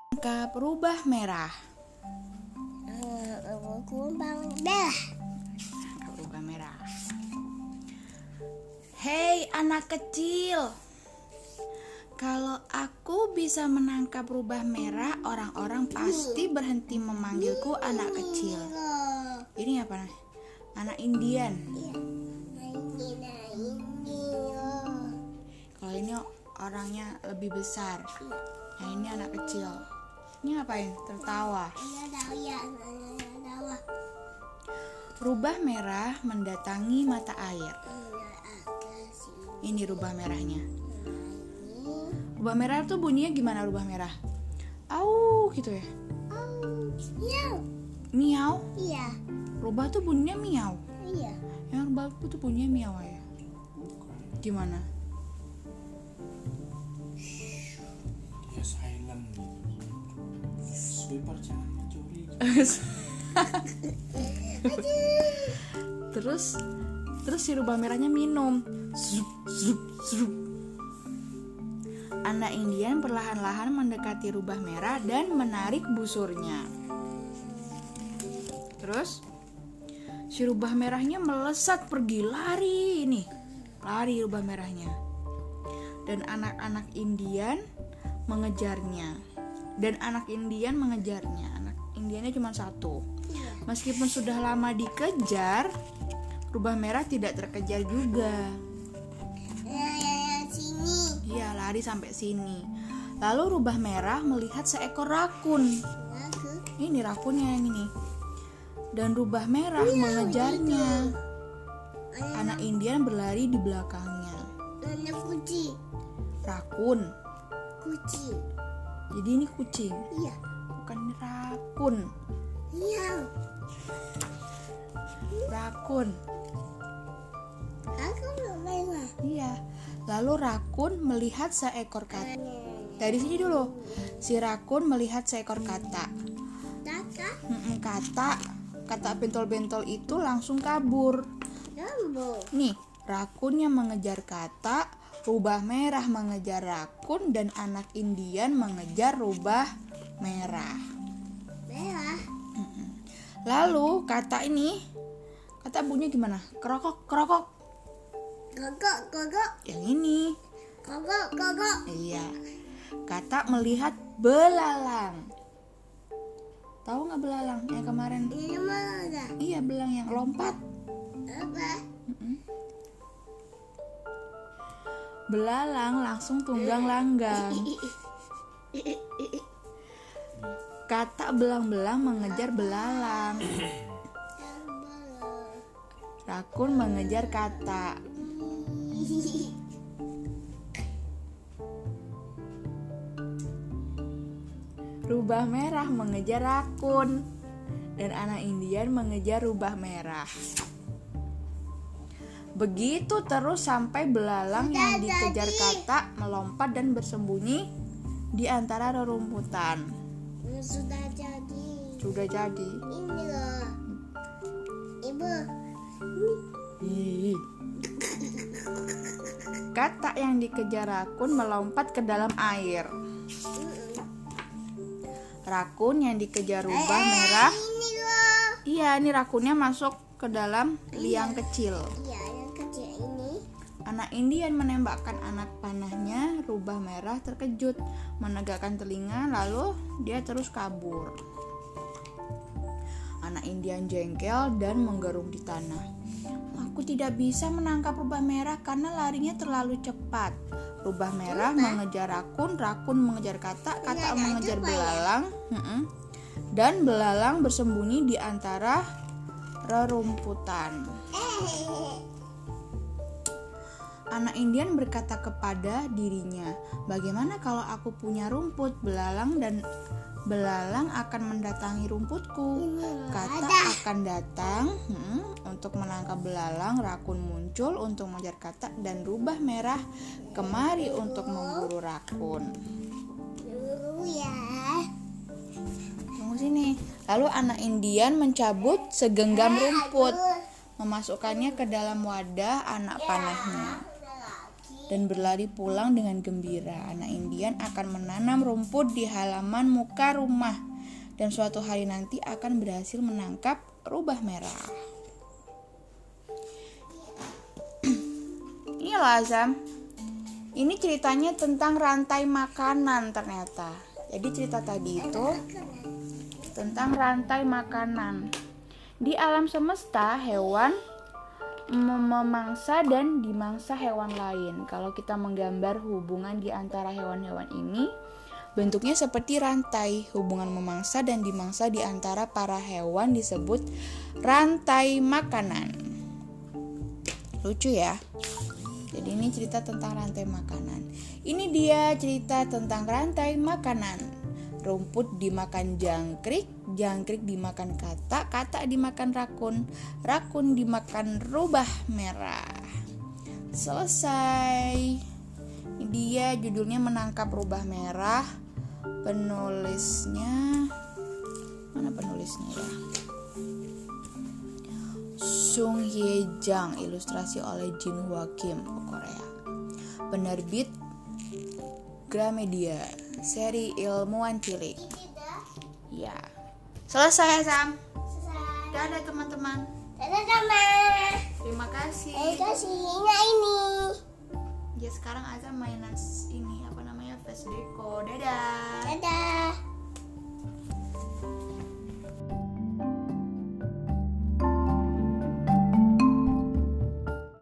Menangkap rubah merah. Menangkap rubah merah. Hei anak kecil, kalau aku bisa menangkap rubah merah, orang-orang pasti berhenti memanggilku anak kecil. Ini apa? Anak Indian. Kalau ini orangnya lebih besar. Nah, ini anak kecil. Ini ngapain? Tertawa. Rubah merah mendatangi mata air. Ini rubah merahnya. Rubah merah tuh bunyinya gimana rubah merah? Au gitu ya? Miau? Iya. Rubah tuh bunyinya miau. Iya. Yang rubah tuh bunyinya miau ya? Gimana? Dia silent. Sweeper jangan mencuri. Terus si rubah merahnya minum. Zrup, zrup, zrup. Anak Indian perlahan-lahan mendekati rubah merah dan menarik busurnya. Terus si rubah merahnya melesat pergi, lari ini. Lari rubah merahnya. Dan anak-anak Indian mengejarnya. Anak Indiannya cuma satu. Meskipun sudah lama dikejar, rubah merah tidak terkejar juga. Sini. Iya, lari sampai sini. Lalu rubah merah melihat seekor rakun. Ini rakunnya yang ini. Dan rubah merah mengejarnya. Anak Indian berlari di belakangnya. Ada kucing. Rakun. Kucing. Jadi ini kucing. Iya. Bukan ini rakun. Iya. Rakun. Aku belum pernah. Iya. Lalu rakun melihat seekor kata. Dari sini dulu. Si rakun melihat seekor kata. Kata bentol-bentol itu langsung kabur. Nih, rakun yang mengejar kata, rubah merah mengejar rakun, dan anak Indian mengejar rubah merah. Lalu kata bunyi gimana? Kerokok, kerokok. Gogok. Yang ini. Gogok. Iya. Kata melihat belalang. Tahu nggak belalang yang kemarin? Ini mana? Iya, belang yang lompat. Apa? Belalang langsung tunggang langgang. Kata belang-belang mengejar belalang. Rakun mengejar kata. Rubah merah mengejar rakun. Dan anak Indian mengejar rubah merah. Begitu terus sampai belalang yang dikejar kata melompat dan bersembunyi di antara rerumputan. Sudah jadi. Ini loh. Ibu. Kata yang dikejar rakun melompat ke dalam air. Rakun yang dikejar rubah merah. Ini loh. Iya, ini rakunnya masuk ke dalam liang kecil. Iya, yang kecil ini. Anak Indian menembakkan anak panahnya. Rubah merah terkejut, menegakkan telinga, lalu dia terus kabur. Anak Indian jengkel dan menggerung di tanah. Aku tidak bisa menangkap rubah merah karena larinya terlalu cepat. Rubah merah mengejar rakun, rakun mengejar kata, kata mengejar belalang, dan belalang bersembunyi di antara rerumputan. Anak Indian berkata kepada dirinya, bagaimana kalau aku punya rumput? Belalang akan mendatangi rumputku. Kata akan datang untuk menangkap belalang. Rakun muncul untuk mengejar kata, dan rubah merah kemari untuk memburu rakun. Tunggu sini. Lalu anak Indian mencabut segenggam rumput, memasukkannya ke dalam wadah anak panahnya. dan berlari pulang dengan gembira. Anak Indian akan menanam rumput di halaman muka rumah dan suatu hari nanti akan berhasil menangkap rubah merah. Ini loh Azam. Ini ceritanya tentang rantai makanan ternyata. Jadi cerita tadi itu tentang rantai makanan. Di alam semesta, hewan memangsa dan dimangsa hewan lain. Kalau kita menggambar hubungan di antara hewan-hewan ini, bentuknya seperti rantai. Hubungan memangsa dan dimangsa di antara para hewan disebut rantai makanan. Lucu ya? Jadi ini cerita tentang rantai makanan. Ini dia cerita tentang rantai makanan. Rumput dimakan jangkrik, jangkrik dimakan katak, katak dimakan rakun, rakun dimakan rubah merah. Selesai. Ini dia judulnya Menangkap Rubah Merah. Penulisnya, mana penulisnya ya? Sung Hye Jang, ilustrasi oleh Jin Hwa Kim, Korea. Penerbit Gramedia, seri ilmuwan cilik. Ya. Selesai, Sam. Selesai. Dadah teman-teman. Dadah teman. Terima kasih. Terima kasih. Nah ini. Ya sekarang Azam mainan